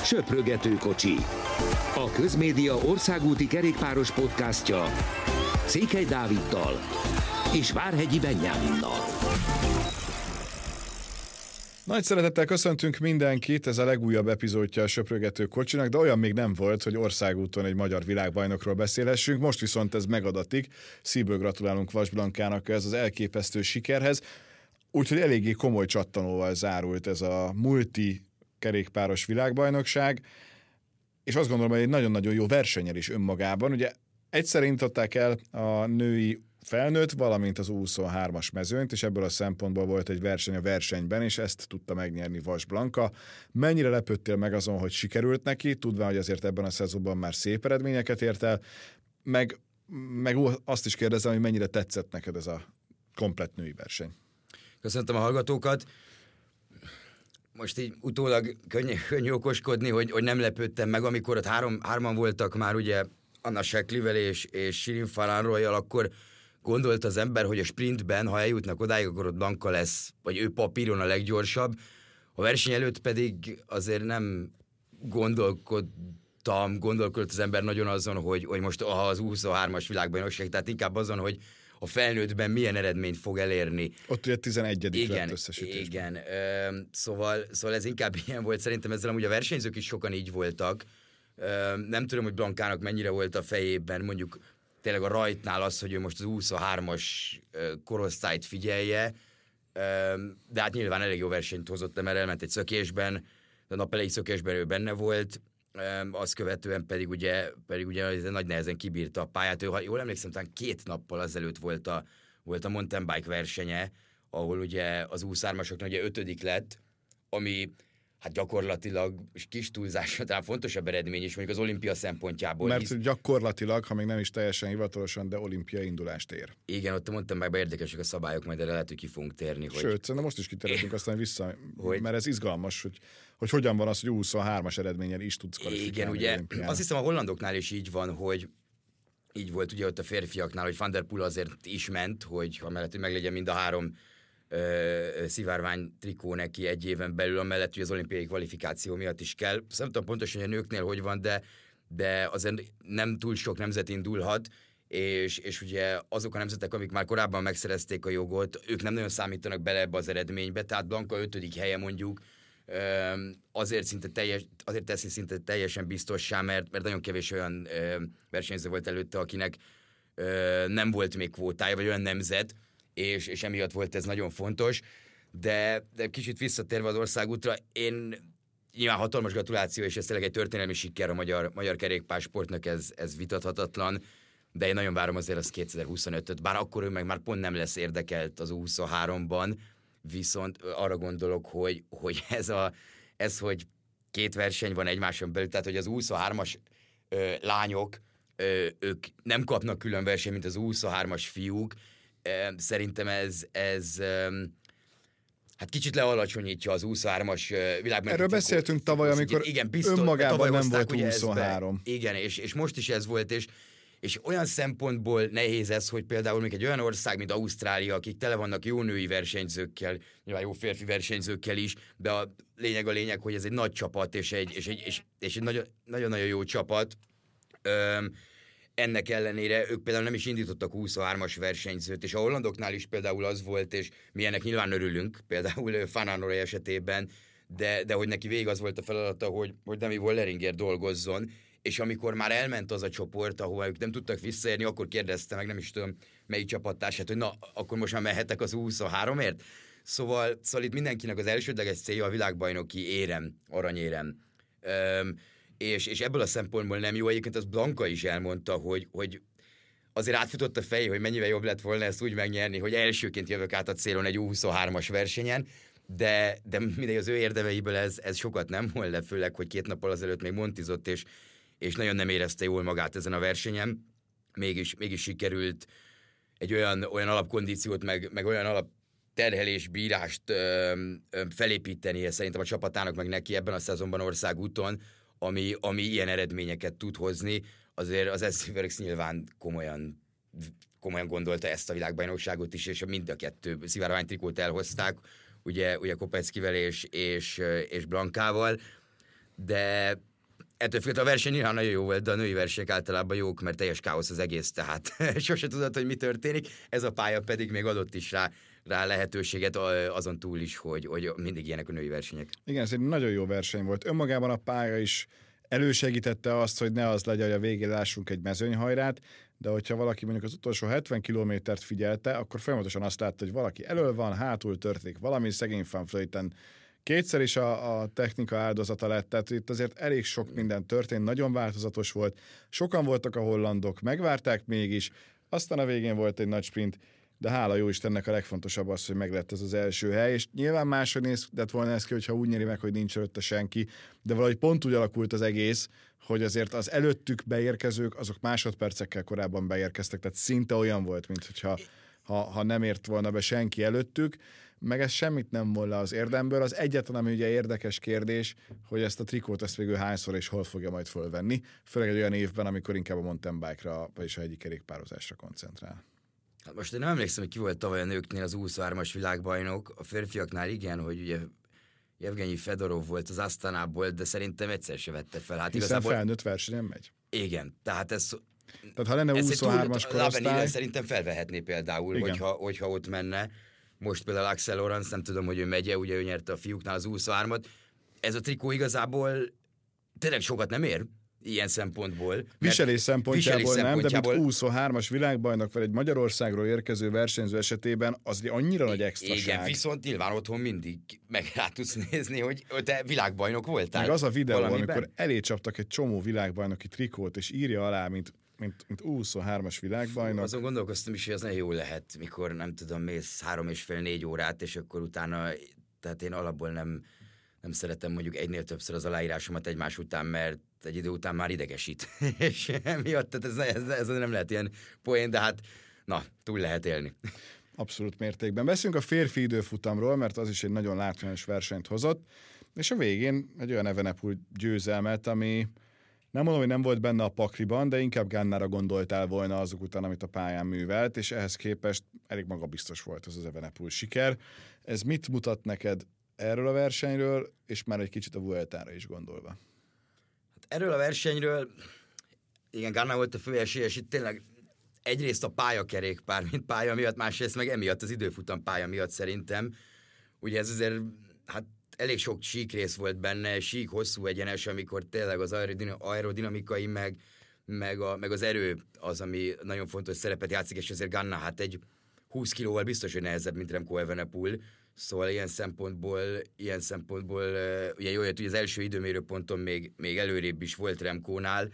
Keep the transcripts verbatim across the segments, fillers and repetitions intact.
Söprögető kocsi. A Közmédia országúti kerékpáros podcastja Székely Dáviddal és Várhegyi Benyáminnal. Nagy szeretettel köszöntünk mindenkit, ez a legújabb epizódja a Söprögető kocsinak, de olyan még nem volt, hogy országúton egy magyar világbajnokról beszélhessünk, most viszont ez megadatik. Szívből gratulálunk Vas Blankának ez az elképesztő sikerhez, úgyhogy eléggé komoly csattanóval zárult ez a multi kerékpáros világbajnokság, és azt gondolom, hogy egy nagyon-nagyon jó versennyel is önmagában. Ugye egyszer indították el a női felnőtt, valamint az U huszonhármas mezőnyt, és ebből a szempontból volt egy verseny a versenyben, és ezt tudta megnyerni Vas Blanka. Mennyire lepődtél meg azon, hogy sikerült neki, tudván, hogy azért ebben a szezonban már szép eredményeket ért el, meg, meg azt is kérdezem, hogy mennyire tetszett neked ez a komplett női verseny. Köszöntöm a hallgatókat. Most így utólag könnyű, könnyű okoskodni, hogy, hogy nem lepődtem meg, amikor ott három, hárman voltak már ugye Anna Shackleyvel és, és Shirin Farhan-Royal, akkor gondolt az ember, hogy a sprintben, ha eljutnak odáig, akkor ott Blanka lesz, vagy ő papíron a leggyorsabb. A verseny előtt pedig azért nem gondolkodtam, gondolkodott az ember nagyon azon, hogy, hogy most az U huszonhármas világbajnokság, tehát inkább azon, hogy a felnőttben milyen eredményt fog elérni. Ott ugye tizenegyedik igen, lett összesítésben. Igen, ö, szóval, szóval ez inkább ilyen volt, szerintem ezzel amúgy a versenyzők is sokan így voltak. Ö, nem tudom, hogy Blankának mennyire volt a fejében, mondjuk tényleg a rajtnál az, hogy ő most az U huszonhármas korosztályt figyelje, ö, de hát nyilván elég jó versenyt hozott, mert elment egy szökésben, de a nap elejé szökésben ő benne volt, azt követően pedig ugye, pedig ugye nagy nehezen kibírta a pályát. Ő, ha jól emlékszem, talán két nappal azelőtt volt a, volt a mountain bike versenye, ahol ugye az U huszonhármasoknak ugye ötödik lett, ami hát gyakorlatilag, és kis túlzásra talán fontosabb eredmény is, mondjuk az olimpia szempontjából. Mert hisz... gyakorlatilag, ha még nem is teljesen hivatalosan, de olimpia indulást ér. Igen, ott a mountain bike-ben érdekesek a szabályok, majd erre lehet, hogy ki fogunk térni. Hogy... Sőt, szerintem most is kitérhetünk aztán vissza, hogy... mert ez izgalmas, hogy, hogy hogyan van az, hogy U huszonhármas eredménnyel is tudsz kvalifikálni. Igen, ugye azt hiszem a hollandoknál is így van, hogy így volt ugye ott a férfiaknál, hogy Van der Poel azért is ment, hogy amellett, hogy meglegyen mind a három ö, szivárvány trikó neki egy éven belül, amellett, hogy az olimpiai kvalifikáció miatt is kell. Szóval nem tudom pontosan, hogy a nőknél hogy van, de, de azért nem túl sok nemzet indulhat, és, és ugye azok a nemzetek, amik már korábban megszerezték a jogot, ők nem nagyon számítanak bele ebbe az eredménybe, tehát Blanka ötödik helye mondjuk, azért, szinte teljes, azért teszi szinte teljesen biztossá, mert, mert nagyon kevés olyan ö, versenyző volt előtte, akinek ö, nem volt még kvótája, vagy olyan nemzet, és, és emiatt volt ez nagyon fontos, de, de kicsit visszatérve az országútra, én nyilván hatalmas gratuláció, és ez tényleg egy történelmi siker a magyar, magyar kerékpársportnak, ez, ez vitathatatlan, de én nagyon várom azért az kétezer-huszonötöt, bár akkor ő meg már pont nem lesz érdekelt az U huszonháromban, viszont arra gondolok, hogy, hogy ez, a, ez, hogy két verseny van egymáson belül, tehát hogy az U huszonhármas ö, lányok, ö, ők nem kapnak külön versenyt, mint az U huszonhármas fiúk. Ö, szerintem ez, ez ö, hát kicsit lealacsonyítja az U huszonhármas világban. Erről beszéltünk tavaly, amikor igen, biztos, önmagában nem volt U huszonhárom. Igen, és, és most is ez volt, és És olyan szempontból nehéz ez, hogy például még egy olyan ország, mint Ausztrália, akik tele vannak jó női versenyzőkkel, nyilván jó férfi versenyzőkkel is, de a lényeg a lényeg, hogy ez egy nagy csapat, és egy, és egy, és, és egy nagyon, nagyon-nagyon jó csapat. Öm, ennek ellenére ők például nem is indítottak U huszonhármas versenyzőt, és a hollandoknál is például az volt, és mi ennek nyilván örülünk, például Farhan-Royal esetében, de, de hogy neki végig az volt a feladata, hogy, hogy Demi Wolleringer dolgozzon, és amikor már elment az a csoport, ahol ők nem tudtak visszaérni, akkor kérdezte meg, nem is tudom melyik csapattársát, hogy na, akkor most már mehetek az U huszonháromért? Szóval, szóval itt mindenkinek az elsődleges célja a világbajnoki érem, aranyérem. Öm, és, és ebből a szempontból nem jó. Egyébként az Blanka is elmondta, hogy, hogy azért átfutott a fejé, hogy mennyivel jobb lett volna ezt úgy megnyerni, hogy elsőként jövök át a célon egy U huszonhármas versenyen, de, de mindegy, az ő érdemeiből ez, ez sokat nem volt le, főleg, hogy két nappal azelőtt még montizott, és és nagyon nem érezte jól magát ezen a versenyen, mégis, mégis sikerült egy olyan, olyan alapkondíciót, meg, meg olyan alapterhelésbírást ö, ö, felépítenie szerintem a csapatának, meg neki ebben a szezonban országúton, ami, ami ilyen eredményeket tud hozni. Azért az es cé Works nyilván komolyan, komolyan gondolta ezt a világbajnokságot is, és mind a kettő szivárványtrikót elhozták, ugye, ugye Kopeckivel és, és, és Blankával. de ettől függetlenül a verseny nyilván nagyon jó volt, de a női versenyek általában jók, mert teljes káosz az egész, tehát sose tudod, hogy mi történik, ez a pálya pedig még adott is rá, rá lehetőséget azon túl is, hogy, hogy mindig ilyenek a női versenyek. Igen, ez egy nagyon jó verseny volt. Önmagában a pálya is elősegítette azt, hogy ne az legyen, hogy a végén lássunk egy mezőnyhajrát, de hogyha valaki mondjuk az utolsó hetven kilométert figyelte, akkor folyamatosan azt látta, hogy valaki elől van, hátul történik valami, szegény Van Vleuten kétszer is a, a technika áldozata lett, tehát itt azért elég sok minden történt, nagyon változatos volt, sokan voltak a hollandok, megvárták mégis, aztán a végén volt egy nagy sprint, de hála jó Istennek a legfontosabb az, hogy meglett ez az első hely, és nyilván máshogy nézett volna ez ki, hogyha úgy nyeri meg, hogy nincs előtte senki, de valahogy pont úgy alakult az egész, hogy azért az előttük beérkezők, azok másodpercekkel korábban beérkeztek, tehát szinte olyan volt, mint hogyha ha, ha nem ért volna be senki előttük, meg ez semmit nem volna az érdemből. Az egyetlen, ami ugye érdekes kérdés, hogy ezt a trikót ezt végül hányszor és hol fogja majd fölvenni, főleg egy olyan évben, amikor inkább a mountain bike-ra, vagyis a hegyi kerékpározásra koncentrál. Hát most én nem emlékszem, hogy ki volt tavaly a nőknél az huszonhármas világbajnok, a férfiaknál igen, hogy ugye Jevgenyi Fedorov volt az Asztanából, de szerintem egyszer se vette fel. Hát hiszen igazából... felnőtt versenyen megy. Igen, tehát ez... Tehát ha lenne huszonhármas korosztály... Szerintem felvehetné például, hogyha, hogyha ott menne. Most például Axel Lorenz, nem tudom, hogy ő megye, ugye ő nyerte a fiúknál az huszonhármat. Ez a trikó igazából tényleg sokat nem ér, ilyen szempontból. Viselés szempontjából viselés nem, szempontjából... de mint huszonhármas világbajnok, vagy egy Magyarországról érkező versenyző esetében az annyira nagy extraság. Igen, viszont nyilván otthon mindig meg rá tudsz nézni, hogy te világbajnok voltál. Meg az a videó, valamiben? Amikor elé csaptak egy csomó világbajnoki trikót, és írja alá, mint mint, mint huszonhármas világbajnok. Azon gondolkoztam is, hogy az nagyon jó lehet, mikor nem tudom, mész három és fél, négy órát, és akkor utána, tehát én alapból nem, nem szeretem mondjuk egynél többször az aláírásomat egymás után, mert egy idő után már idegesít. És emiatt, tehát ez, ez, ez nem lehet ilyen poén, de hát na, túl lehet élni. Abszolút mértékben. Beszélünk a férfi időfutamról, mert az is egy nagyon látványos versenyt hozott, és a végén egy olyan Evenepoel győzelmet, ami nem mondom, hogy nem volt benne a pakliban, de inkább Gannára gondoltál volna azok után, amit a pályán művelt, és ehhez képest elég magabiztos volt az az Evenepoel siker. Ez mit mutat neked erről a versenyről, és már egy kicsit a Vueltára is gondolva? Hát erről a versenyről, igen, Ganna volt a fő esélyes, itt tényleg egyrészt a pályakerékpár, mint pálya miatt, másrészt meg emiatt az időfutam pálya miatt szerintem. Ugye ez azért, hát elég sok síkrész volt benne, sík, hosszú egyenes, amikor tényleg az aerodinamikai, meg, meg, a, meg az erő az, ami nagyon fontos szerepet játszik, és azért Ganna hát egy húsz kilóval biztos, hogy nehezebb, mint Remco Evenepoel, szóval ilyen szempontból, ilyen szempontból ugye jó, hogy az első időmérőponton még, még előrébb is volt Remcónál.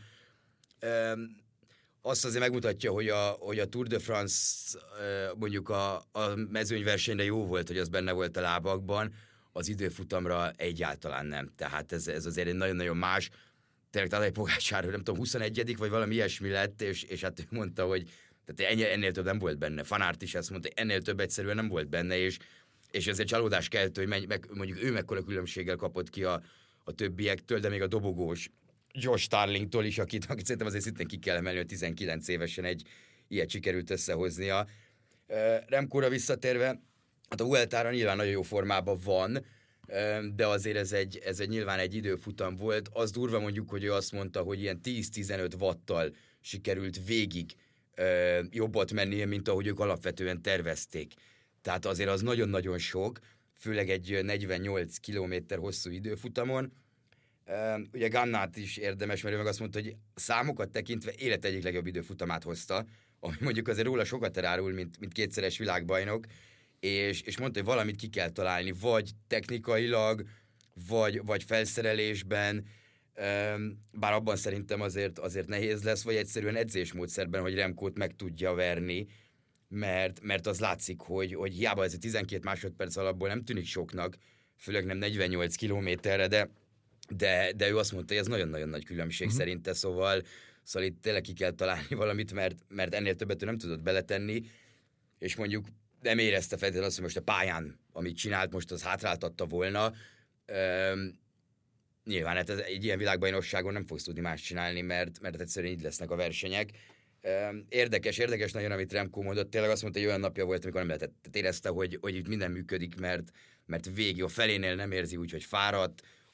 Azt azért megmutatja, hogy a, hogy a Tour de France mondjuk a, a mezőnyversenyre jó volt, hogy az benne volt a lábakban, az időfutamra egyáltalán nem. Tehát ez, ez azért egy nagyon-nagyon más. Tényleg Tadej Pogačar, nem tudom, huszonegyedik vagy valami ilyesmi lett, és, és hát ő mondta, hogy tehát ennél, ennél több nem volt benne. Van Aert is ezt mondta, ennél több egyszerűen nem volt benne, és, és ezért csalódás keltő, hogy menj, meg, mondjuk ő mekkora különbséggel kapott ki a, a többiektől, de még a dobogós Josh Starlingtól is, akit, akit szerintem azért szintén ki kell emelni, hogy tizenkilenc évesen egy ilyet sikerült összehoznia. Remcóra visszatérve, hát a Vueltára nyilván nagyon jó formában van, de azért ez egy, ez egy nyilván egy időfutam volt. Az durva mondjuk, hogy ő azt mondta, hogy ilyen tíz-tizenöt watttal sikerült végig jobbat mennie, mint ahogy ők alapvetően tervezték. Tehát azért az nagyon-nagyon sok, főleg egy negyvennyolc kilométer hosszú időfutamon. Ugye Gannát is érdemes, mert ő meg azt mondta, hogy számokat tekintve élet egyik legjobb időfutamát hozta, ami mondjuk azért róla sokat elárul, mint, mint kétszeres világbajnok, és, és mondta, hogy valamit ki kell találni, vagy technikailag, vagy, vagy felszerelésben, bár abban szerintem azért, azért nehéz lesz, vagy egyszerűen edzésmódszerben, hogy Remcót meg tudja verni, mert, mert az látszik, hogy, hogy hiába ez a tizenkét másodperc alapból nem tűnik soknak, főleg nem negyvennyolc kilométerre, de, de, de ő azt mondta, hogy ez nagyon-nagyon nagy különbség uh-huh. szerinte, szóval, szóval itt tényleg ki kell találni valamit, mert, mert ennél többet ő nem tudott beletenni, és mondjuk nem érezte feltétlenül azt, hogy most a pályán, amit csinált, most az hátráltatta volna. Üm, nyilván hát ez, egy ilyen világbajnokságon nem fogsz tudni más csinálni, mert, mert egyszerűen így lesznek a versenyek. Üm, érdekes, érdekes nagyon, amit Remco mondott. Tényleg azt mondta, hogy olyan napja volt, amikor nem lehetett. Érezte, hogy, hogy itt minden működik, mert, mert végig a felénél nem érzi úgy, hogy fáradt.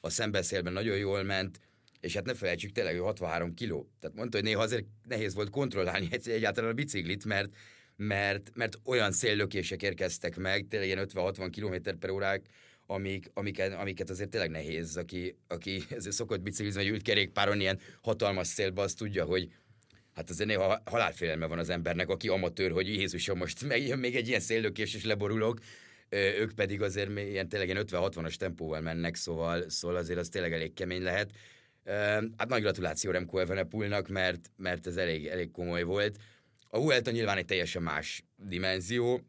a szembeszélben nagyon jól ment, és hát ne felejtsük, tényleg ő hatvanhárom kiló. Tehát mondta, hogy néha azért nehéz volt kontrollálni egyáltalán a biciklit, mert, mert, mert olyan széllökések érkeztek meg, tényleg ilyen ötven-hatvan kilométer per órák, amik, amiket, amiket azért tényleg nehéz, aki, aki ezért szokott biciklizni, vagy ült kerékpáron ilyen hatalmas szélbe, az tudja, hogy hát azért néha halálfélelme van az embernek, aki amatőr, hogy Jézusom, most megjön még egy ilyen széllökés, és leborulok, ők pedig azért ilyen tényleg ilyen ötven-hatvanas tempóval mennek, szóval, szóval azért az tényleg elég kemény lehet. Hát nagy gratuláció Remco Evenepoelnak, mert, mert ez elég, elég komoly volt. A Vuelta nyilván egy teljesen más dimenzió.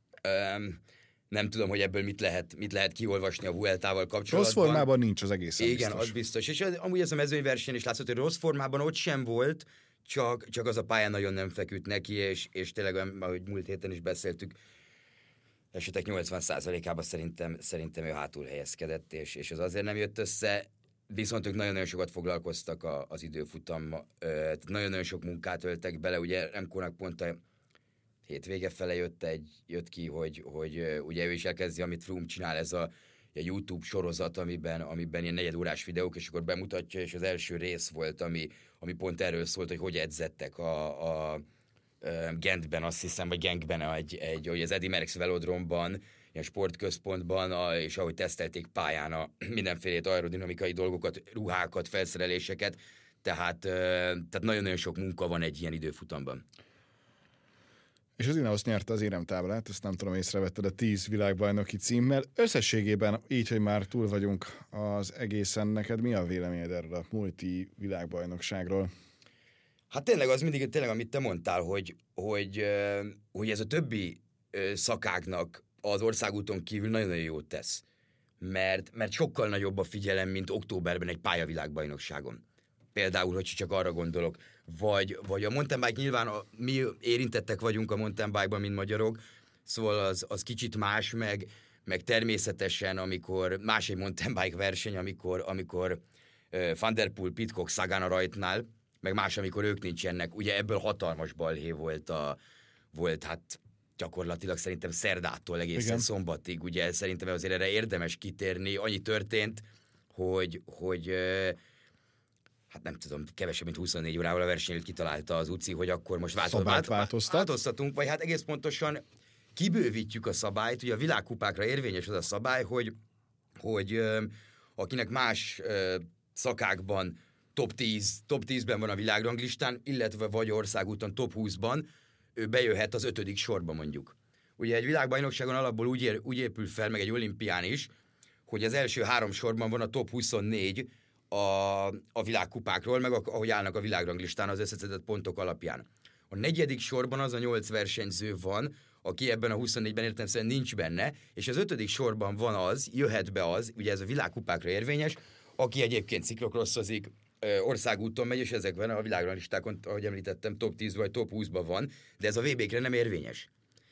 Nem tudom, hogy ebből mit lehet, mit lehet kiolvasni a Vueltával kapcsolatban. Rossz formában nincs az egészen Igen, biztos. az biztos. És az, amúgy ez a mezőnyverseny is látszott, hogy rossz formában ott sem volt, csak, csak az a pályán nagyon nem feküdt neki, és, és tényleg, ahogy múlt héten is beszéltük, esetek nyolcvan százalékában szerintem, szerintem ő hátul helyezkedett, és, és az azért nem jött össze. Viszont ők nagyon-nagyon sokat foglalkoztak a, az időfutammal, tehát nagyon-nagyon sok munkát öltek bele, ugye Remkónak pont a hétvége fele jött, egy, jött ki, hogy, hogy ugye ő is elkezdi, amit Froome csinál, ez a, a YouTube sorozat, amiben, amiben ilyen negyedórás videók, és akkor bemutatja, és az első rész volt, ami, ami pont erről szólt, hogy hogy edzettek a, a, a Gentben, azt hiszem, vagy Genkben, egy, egy, hogy az Eddy Merckx velodromban, ilyen sportközpontban, a, és ahogy tesztelték pályán a mindenfélét aerodinamikai dolgokat, ruhákat, felszereléseket, tehát, tehát nagyon-nagyon sok munka van egy ilyen időfutamban. És az Ineos nyerte az éremtáblát, ezt nem tudom, észrevetted, a tíz világbajnoki címmel. Összességében, így, hogy már túl vagyunk az egészen, neked mi a véleményed erről a multi világbajnokságról? Hát tényleg az mindig, tényleg amit te mondtál, hogy, hogy, hogy ez a többi szakágnak az országúton kívül nagyon-nagyon jót tesz. Mert, mert sokkal nagyobb a figyelem, mint októberben egy pályavilágbajnokságon. Például, hogy csak arra gondolok, vagy, vagy a mountain bike nyilván a, mi érintettek vagyunk a mountain bike-ban, mint magyarok, szóval az, az kicsit más, meg, meg természetesen, amikor más egy mountain bike verseny, amikor, amikor uh, Van der Poel, Pidcock, Sagan a rajtnál, meg más, amikor ők nincsenek. Ugye ebből hatalmas balhé volt, a, volt hát gyakorlatilag szerintem szerdától egészen Igen. szombatig. Ugye szerintem azért erre érdemes kitérni. Annyi történt, hogy, hogy hát nem tudom, kevesebb, mint huszonnégy órával a versenyt kitalálta az uci, hogy akkor most változ, vált, változtatunk, vagy hát egész pontosan kibővítjük a szabályt. Ugye a világkupákra érvényes az a szabály, hogy, hogy ö, akinek más ö, szakákban top tíz, top tízben van a világranglistán, illetve vagy országúton top húszban, ő bejöhet az ötödik sorba mondjuk. Ugye egy világbajnokságon alapból úgy, ér, úgy épül fel, meg egy olimpián is, hogy az első három sorban van a top huszonnégy a, a világkupákról, meg ahogy állnak a világranglistán az összeszedett pontok alapján. A negyedik sorban az a nyolc versenyző van, aki ebben a huszonnégyben értelemszerűen nincs benne, és az ötödik sorban van az, jöhet be az, ugye ez a világkupákra érvényes, aki egyébként ciklokrosszozik, országúton megy, és ezekben a világranglistákon, ahogy említettem, top tíz vagy top húszban van, de ez a vé békre nem érvényes.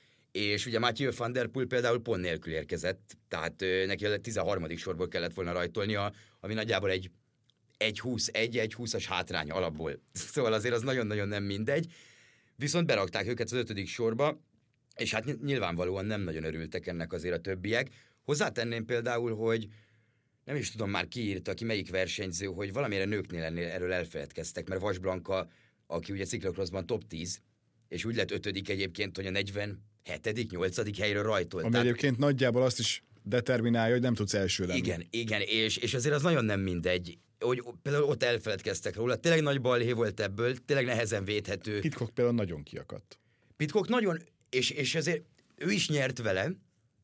És ugye Mathieu van der Poel például pont nélkül érkezett, tehát neki a tizenharmadik sorból kellett volna rajtolnia, ami nagyjából egy egy húsz, egy húszas hátrány alapból. Szóval azért az nagyon-nagyon nem mindegy. Viszont berakták őket az ötödik sorba, és hát nyilvánvalóan nem nagyon örültek ennek azért a többiek. Hozzátenném például, hogy nem is tudom már ki írta, ki melyik versenyző, hogy valamire nőknél ennél erről elfeledkeztek, mert Vas Blanka, aki ugye ciklokroszban top tíz, és úgy lett ötödik egyébként, hogy a negyvenhetedik nyolcadik helyről rajtolt. Ami egyébként nagyjából azt is determinálja, hogy nem tudsz első lenni. Igen, igen, és, és azért az nagyon nem mindegy, hogy például ott elfeledkeztek róla. Tényleg nagy balhé volt ebből, tényleg nehezen védhető. Pidcock például nagyon kiakadt. Pidcock nagyon, és, és azért ő is nyert vele,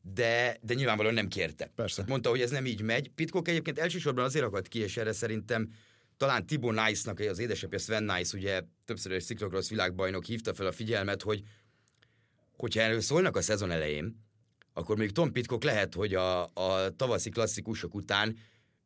de, de nyilvánvalóan nem kérte. Persze. Mondta, hogy ez nem így megy. Pidcock egyébként elsősorban azért akadt ki, és erre szerintem talán Thibaut Nice-nak, az édesapja Sven Nice, ugye többszörös ciklokrosz világbajnok hívta fel a figyelmet, hogy hogyha erről szólnak a szezon elején, akkor még Tom Pidcock lehet, hogy a, a tavaszi klasszikusok után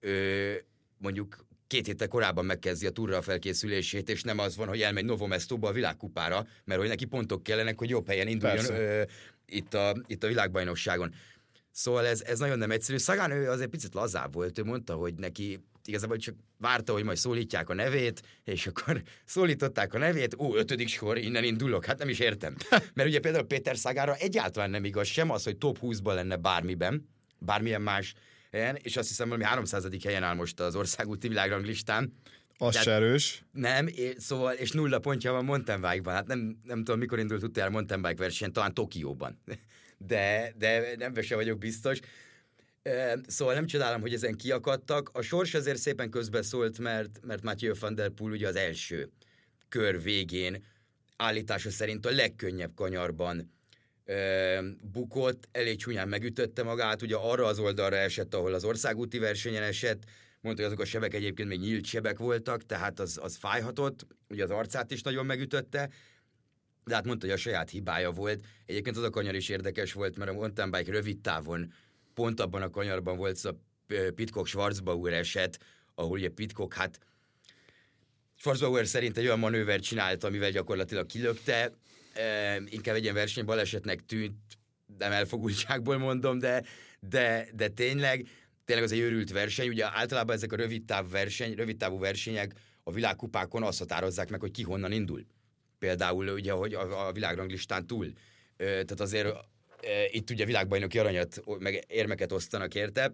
ö, mondjuk két héttel korábban megkezdi a túrra a felkészülését, és nem az van, hogy elmegy Novo Mestoba a világkupára, mert hogy neki pontok kellenek, hogy jobb helyen induljon ö, itt, a, itt a világbajnokságon. Szóval ez, ez nagyon nem egyszerű. Sagan ő azért picit lazább volt, ő mondta, hogy neki igazából csak várta, hogy majd szólítják a nevét, és akkor szólították a nevét, ó, ötödik sor, innen indulok, hát nem is értem. Mert ugye például Péter Saganra egyáltalán nem igaz sem az, hogy top húszban lenne bármiben, bármilyen más helyen, és azt hiszem valami háromszázadik helyen áll most az országúti világranglistán. Az se erős. Nem, és, szóval, és nulla pontja van mountain bike-ban. Hát nem, nem tudom, mikor indult utoljára mountain bike versenyen, talán Tokióban. De, de nem se vagyok biztos. Szóval nem csodálom, hogy ezen kiakadtak. A sors azért szépen közbeszólt, mert, mert Mathieu van der Poel ugye az első kör végén állítása szerint a legkönnyebb kanyarban ö, bukott, elég csúnyán megütötte magát, ugye arra az oldalra esett, ahol az országúti versenyen esett, mondta, hogy azok a sebek egyébként még nyílt sebek voltak, tehát az, az fájhatott, ugye az arcát is nagyon megütötte, de hát mondta, hogy a saját hibája volt. Egyébként az a kanyar is érdekes volt, mert a mountain bike rövid távon pont abban a kanyarban volt az a Pidcock-Schwarzbauer eset, ahol ugye Pidcock, hát Schwarzbauer szerint egy olyan manővert csinált, amivel gyakorlatilag kilökte, e, inkább egy ilyen versenybalesetnek tűnt, nem elfogultságból mondom, de, de, de tényleg, tényleg az egy őrült verseny, ugye általában ezek a rövidtáv verseny, rövidtávú versenyek a világkupákon azt határozzák meg, hogy ki honnan indul. Például ugye, hogy a, a világranglistán túl. E, tehát azért e, itt ugye világbajnoki aranyat, meg érmeket osztanak érte.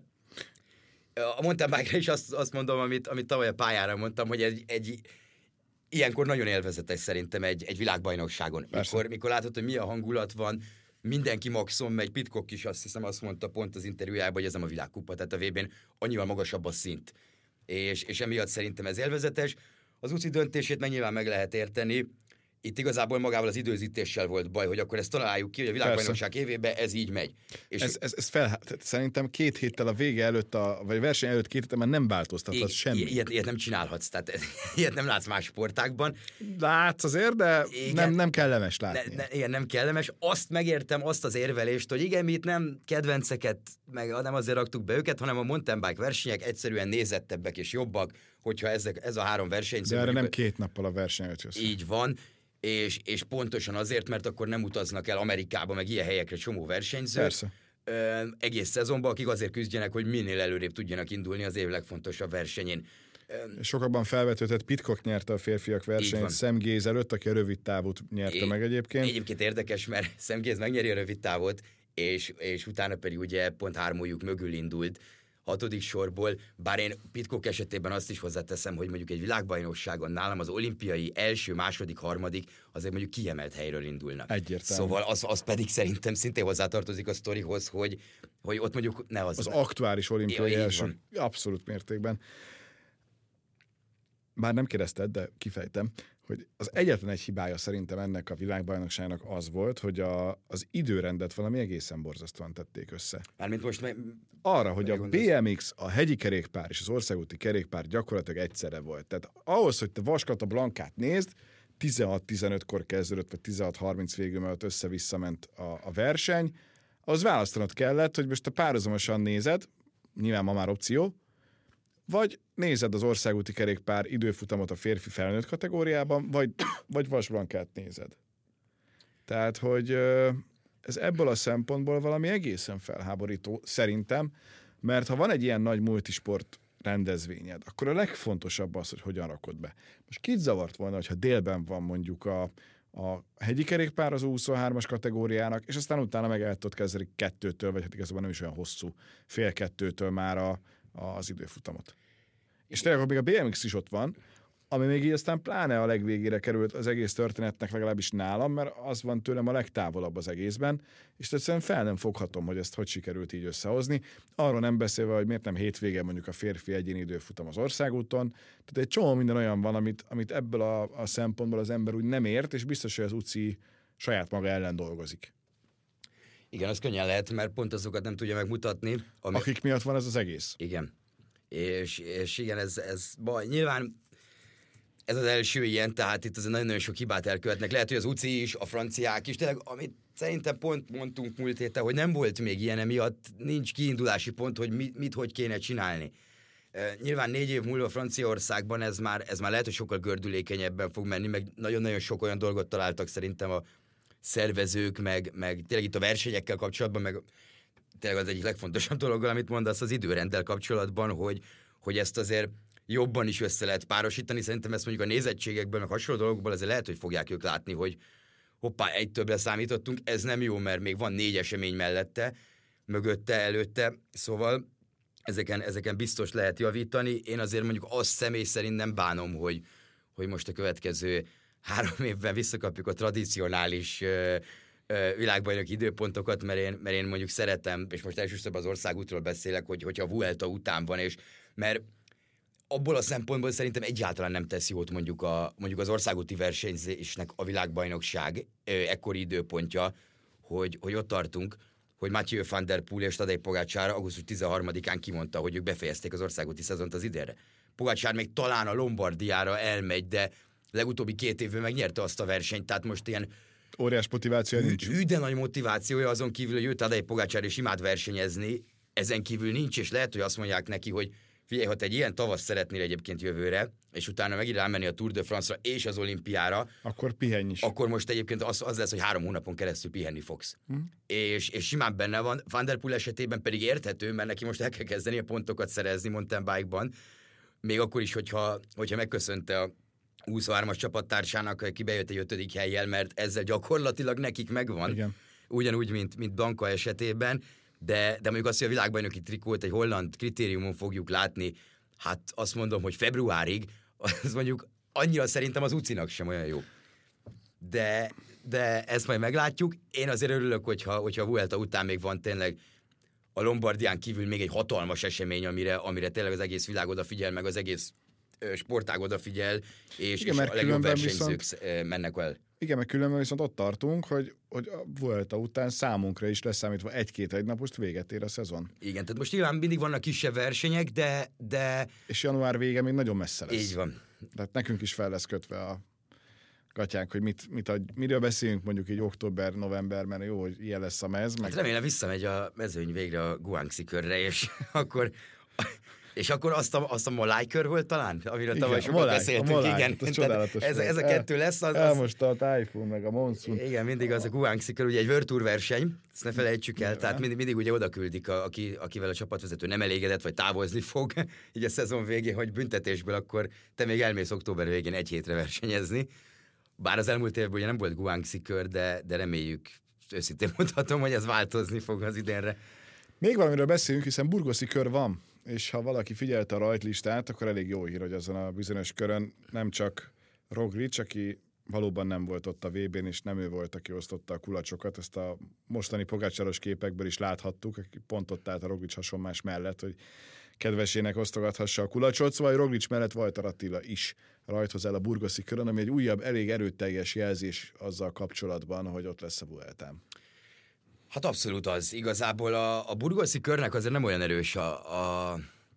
A mountain bike-ra is azt, azt mondom, amit, amit tavaly a pályára mondtam, hogy egy, egy ilyenkor nagyon élvezetes szerintem egy, egy világbajnokságon. Mikor, mikor látod, hogy mi a hangulat van, mindenki maxon megy, Pidcock is azt hiszem azt mondta pont az interjújában, hogy ez nem a világkupa, tehát a vébén annyival magasabb a szint. És, és emiatt szerintem ez élvezetes. Az u cé i döntését meg nyilván meg lehet érteni. Itt igazából magával az időzítéssel volt baj, hogy akkor ezt találjuk ki, hogy a világbajnokság évében ez így megy. És ez, ez, ez fel, szerintem két héttel a vége előtt, a, vagy a verseny előtt két héttel már nem változtathat semmi. Ilyet, ilyet nem csinálhatsz, tehát ilyet nem látsz más sportákban. Látsz azért, de igen, nem, nem kellemes látni. Ne, ne, igen, nem kellemes. Azt megértem, azt az érvelést, hogy igen, mi itt nem kedvenceket, meg nem azért raktuk be őket, hanem a mountain bike versenyek egyszerűen nézettebbek és jobbak, hogyha ezek, ez a három versenyző. De erre nem két nappal a verseny előtt jössz. Így van. És, és pontosan azért, mert akkor nem utaznak el Amerikába, meg ilyen helyekre csomó versenyzők. Persze. Ö, egész szezonban, akik azért küzdjenek, hogy minél előrébb tudjanak indulni az év legfontosabb versenyén. Ö, Sokakban felvetődött, Pidcock nyerte a férfiak versenyt Sam Gaze előtt, aki a rövid távot nyerte é, meg egyébként. Egyébként érdekes, mert Sam Gaze megnyeri a rövid távot, és, és utána pedig ugye pont hármójuk mögül indult, hatodik sorból, bár én Pidcock esetében azt is hozzáteszem, hogy mondjuk egy világbajnokságon nálam az olimpiai első, második, harmadik, azért mondjuk kiemelt helyről indulnak. Egyértelmű. Szóval az, az pedig szerintem szintén hozzátartozik a sztorihoz, hogy, hogy ott mondjuk ne az... Az aktuális olimpiai ja, első. Van. Abszolút mértékben. Bár nem kérdezted, de kifejtem, hogy az egyetlen egy hibája szerintem ennek a világbajnokságnak az volt, hogy a, az időrendet valami egészen borzasztóan tették össze. Mármint most... Me- Arra, hogy a bé em iksz, a hegyi kerékpár és az országúti kerékpár gyakorlatilag egyszerre volt. Tehát ahhoz, hogy te Vaskata Blankát nézd, tizenhat tizenötkor kezdődött, vagy tizenhat harminc végül, mert össze-vissza ment a, a verseny, az választanod kellett, hogy most te párhuzamosan nézed, nyilván ma már opció, vagy nézed az országúti kerékpár időfutamot a férfi felnőtt kategóriában, vagy, vagy Vas Blankát nézed. Tehát, hogy ez ebből a szempontból valami egészen felháborító, szerintem, mert ha van egy ilyen nagy multisport rendezvényed, akkor a legfontosabb az, hogy hogyan rakod be. Most kit zavart volna, hogyha délben van mondjuk a, a hegyi kerékpár az huszonhármas kategóriának, és aztán utána meg el tudod kezdeni kettőtől, vagy hát igazából nem is olyan hosszú, fél kettőtől már a, a, az időfutamot. És tényleg, még a bé em iksz is ott van, ami még így aztán pláne a legvégére került az egész történetnek, legalábbis nálam, mert az van tőlem a legtávolabb az egészben, és egyszerűen fel nem foghatom, hogy ezt hogy sikerült így összehozni. Arról nem beszélve, hogy miért nem hétvégen mondjuk a férfi egyéni időfutam az országúton. Tehát egy csomó minden olyan van, amit, amit ebből a, a szempontból az ember úgy nem ért, és biztos, hogy az u cé i saját maga ellen dolgozik. Igen, az könnyen lehet, mert pont azokat nem tudja megmutatni. Ami... Akik miatt van ez az egész. Igen. És, és igen, ez, ez baj. Nyilván ez az első ilyen, tehát itt azért nagyon-nagyon sok hibát elkövetnek. Lehet, hogy az u cé i is, a franciák is, tényleg, amit szerintem pont mondtunk múlt héten, hogy nem volt még ilyen, emiatt nincs kiindulási pont, hogy mit, mit hogy kéne csinálni. E, nyilván négy év múlva Franciaországban ez már, ez már lehet, hogy sokkal gördülékenyebben fog menni, meg nagyon-nagyon sok olyan dolgot találtak szerintem a szervezők, meg, meg tényleg itt a versenyekkel kapcsolatban, meg tényleg az egyik legfontosabb dolog, amit mondasz az időrenddel kapcsolatban, hogy, hogy ezt azért jobban is össze lehet párosítani. Szerintem ezt mondjuk a nézettségekből, meg hasonló dolgokból azért lehet, hogy fogják ők látni, hogy hoppá, egy többre számítottunk, ez nem jó, mert még van négy esemény mellette, mögötte, előtte, szóval ezeken, ezeken biztos lehet javítani. Én azért mondjuk azt személy szerint nem bánom, hogy, hogy most a következő három évben visszakapjuk a tradicionális ö, ö, világbajnoki időpontokat, mert én, mert én mondjuk szeretem, és most elsősorban az országútról beszélek, hogy, hogyha a Vuelta után van, és mert abból a szempontból szerintem egyáltalán nem tesz jót mondjuk, a, mondjuk az országúti versenyzésnek a világbajnokság ö, ekkori időpontja, hogy, hogy ott tartunk, hogy Mathieu van der Poel és Tadej Pogačar augusztus tizenharmadikán kimondta, hogy ők befejezték az országúti szezont az idénre. Pogačar még talán a Lombardiára elmegy, de legutóbbi két évben megnyerte azt a versenyt, tehát most ilyen óriás motivációja nincs. Hű, de nagy motivációja, azon kívül, hogy ő Tadej Pogačar és imád versenyezni, ezen kívül nincs, és lehet, hogy azt mondják neki, hogy figyelj, ha te egy ilyen tavasz szeretnél egyébként jövőre, és utána megint rámenni a Tour de France-ra és az olimpiára, akkor pihenj is. Akkor most egyébként az, az lesz, hogy három hónapon keresztül pihenni fogsz. Hm. És, és simán benne van. Van der Poel esetében pedig érthető, mert neki most el kell kezdeni a pontokat szerezni mountain bike-ban, még akkor is, hogyha, hogyha megköszönte a huszonhármas csapattársának, aki bejött egy ötödik hellyel, mert ezzel gyakorlatilag nekik megvan. Igen. Ugyanúgy, mint, mint Blanka esetében, de, de mondjuk azt, hogy a világbajnoki trikót egy holland kritériumon fogjuk látni, hát azt mondom, hogy februárig, az mondjuk annyira szerintem az Ucinak sem olyan jó. De, de ezt majd meglátjuk. Én azért örülök, hogyha, hogyha a Vuelta után még van tényleg a Lombardián kívül még egy hatalmas esemény, amire, amire tényleg az egész világ odafigyel, meg az egész sportág odafigyel, és, igen, és a legjobb versenyzők viszont, mennek el. Igen, meg különben viszont ott tartunk, hogy, hogy a Vuelta után számunkra is leszámítva egy-két egynapost véget ér a szezon. Igen, tehát most nyilván mindig vannak kisebb versenyek, de... de... És január vége még nagyon messze lesz. Így van. Tehát nekünk is fel lesz kötve a gatyánk, hogy mit, mit ad, miről beszélünk mondjuk így október, november, mert jó, hogy ilyen lesz a mez. Meg... Hát remélem visszamegy a mezőny végre a Guangxi körre, és akkor... És akkor azt a, azt a Moláj kör volt talán? Amiről tavaly sokat beszéltünk. Moláj, igen, ez, ez a kettő lesz. Az, elmosta a Typhoon, meg a Monsoon. Igen, mindig az a Guangxi kör, ugye egy World Tour verseny, ezt ne felejtsük el, tehát mindig, mindig ugye oda küldik, a, aki, akivel a csapatvezető nem elégedett, vagy távozni fog, így a szezon végén, hogy büntetésből akkor te még elmész október végén egy hétre versenyezni. Bár az elmúlt évben ugye nem volt Guangxi kör, de, de reméljük, őszintén mondhatom, hogy ez változni fog az idénre. Még valamiről beszélünk, hiszen burgoszi kör van, és ha valaki figyelte a rajtlistát, akkor elég jó hír, hogy azon a bizonyos körön nem csak Roglic, aki valóban nem volt ott a vé bén, és nem ő volt, aki osztotta a kulacsokat, ezt a mostani Pogačaros képekből is láthattuk, aki pont ott állt a Roglic hasonmás mellett, hogy kedvesének osztogathassa a kulacsot, szóval Roglic mellett Vajtar Attila is rajthoz el a burgoszi körön, ami egy újabb, elég erőteljes jelzés azzal kapcsolatban, hogy ott lesz a Vueltán. Hát abszolút az. Igazából a, a burgoszi körnek azért nem olyan erős a, a,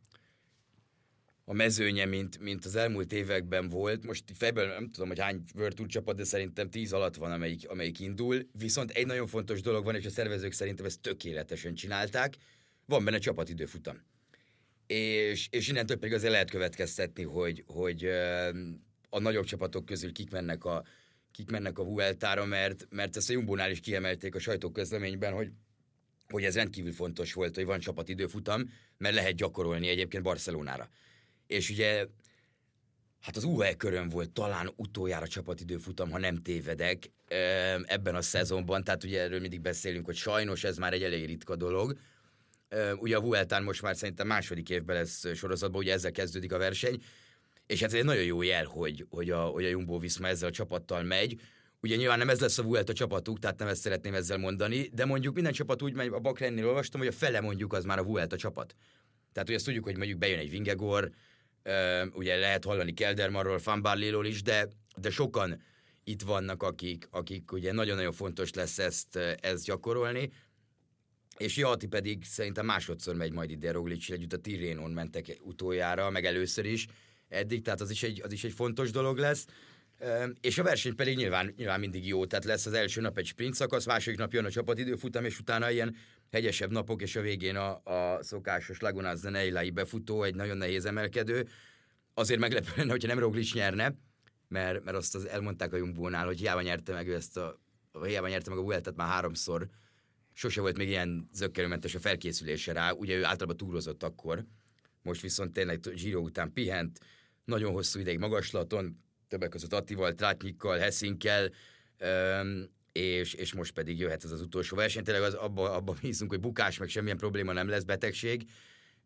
a mezőnye, mint, mint az elmúlt években volt. Most fejből nem tudom, hogy hány World Tour csapat, de szerintem tíz alatt van, amelyik, amelyik indul. Viszont egy nagyon fontos dolog van, és a szervezők szerintem ezt tökéletesen csinálták. Van benne csapatidőfutam. És, és innentől pedig azért lehet következtetni, hogy, hogy a nagyobb csapatok közül kik mennek a kik mennek a Vueltára, mert, mert ezt a Jumbónál is kiemelték a sajtóközleményben, hogy, hogy ez rendkívül fontos volt, hogy van csapatidőfutam, mert lehet gyakorolni egyébként Barcelonára. És ugye, hát az u á e körön volt talán utoljára csapatidőfutam, ha nem tévedek, ebben a szezonban, tehát ugye erről mindig beszélünk, hogy sajnos ez már egy elég ritka dolog. Ugye a Vueltán most már szerintem második évben lesz sorozatban, ugye ezzel kezdődik a verseny, és hát ez egy nagyon jó jel, hogy, hogy a, hogy a Jumbo-Visma ezzel a csapattal megy. Ugye nyilván nem ez lesz a Vuelta csapatuk, tehát nem ezt szeretném ezzel mondani, de mondjuk minden csapat úgy megy, a Bahrainnél olvastam, hogy a fele mondjuk az már a Vuelta csapat. Tehát ugye azt tudjuk, hogy mondjuk bejön egy Vingegaard, ugye lehet hallani Keldermanról, Van Barléról is, de, de sokan itt vannak, akik, akik ugye nagyon-nagyon fontos lesz ezt, ezt gyakorolni. És Jati pedig szerintem másodszor megy majd ide Roglic, együtt a Tirrenon mentek utoljára, meg először is eddig, tehát az is egy, az is egy fontos dolog lesz. És a verseny pedig nyilván, nyilván mindig jó, tehát lesz az első nap egy sprint szakasz, második nap jön a csapatidőfutam, és utána ilyen hegyesebb napok, és a végén a, a szokásos Lagunaz de Neilai befutó, egy nagyon nehéz emelkedő. Azért meglepő lenne, hogyha nem Roglic nyerne, mert, mert azt az elmondták a Jumbónál, hogy hiába nyerte meg ő ezt a, hiába nyerte meg a Vueltát már háromszor, sose volt még ilyen zökkenőmentes a felkészülése rá, ugye ő általában túrozott akkor, most viszont tényleg Giro után pihent, nagyon hosszú ideig magaslaton, többek között Attival, Trátnyikkal, Hessinkel, és, és most pedig jöhet ez az utolsó verseny. Tényleg az, abba, abba bízunk, hogy bukás, meg semmilyen probléma nem lesz, betegség.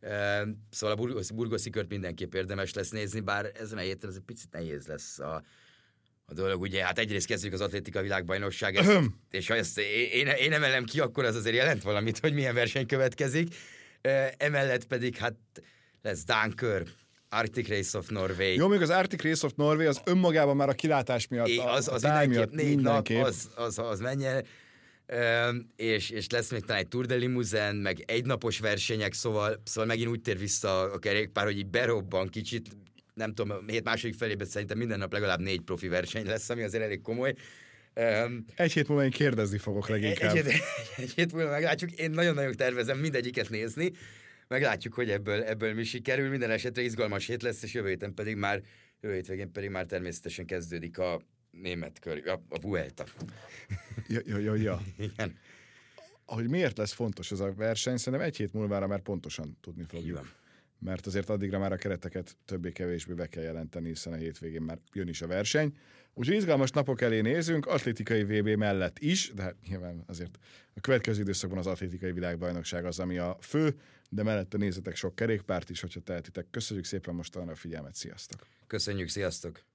Szóval a Burgos, Burgoszi kört mindenképp érdemes lesz nézni, bár ezen a héten ez egy picit nehéz lesz a, a dolog. Ugye, hát egyrészt kezdjük az atlétika világbajnokság, ezt, és ha ezt én, én emelem ki, akkor az azért jelent valamit, hogy milyen verseny következik. Emellett pedig hát lesz Dánkör, Arctic Race of Norway. Jó, még az Arctic Race of Norway az önmagában már a kilátás miatt, é, az, a, az a táj mindenképp, miatt négy mindenképp. nap, az, az, az menjen. Um, és, és lesz még talán egy Tour de Limousin, meg egynapos versenyek, szóval, szóval megint úgy tér vissza a kerékpár, hogy így berobban kicsit, nem tudom, a hét második felében szerintem minden nap legalább négy profi verseny lesz, ami azért elég komoly. Um, egy hét múlva én kérdezni fogok leginkább. Egy, egy, egy hét múlva meglátjuk, én nagyon-nagyon tervezem mindegyiket nézni, meglátjuk, hogy ebből, ebből mi sikerül, minden esetre izgalmas hét lesz, és jövő héten pedig már, jövő hétvégén pedig már természetesen kezdődik a német kör, a, a Vuelta. Ja, ja, ja, ja. Igen. Ahogy miért lesz fontos ez a verseny, szerintem egy hét múlvára már pontosan tudni fogjuk. Mert azért addigra már a kereteket többé-kevésbé be kell jelenteni, hiszen a hétvégén már jön is a verseny. Úgyhogy izgalmas napok elé nézünk, atlétikai vé bé mellett is, de hát nyilván azért a következő időszakban az atlétikai világbajnokság az, ami a fő, de mellette nézzetek sok kerékpárt is, hogyha tehetitek. Köszönjük szépen mostanra a figyelmet, sziasztok! Köszönjük, sziasztok!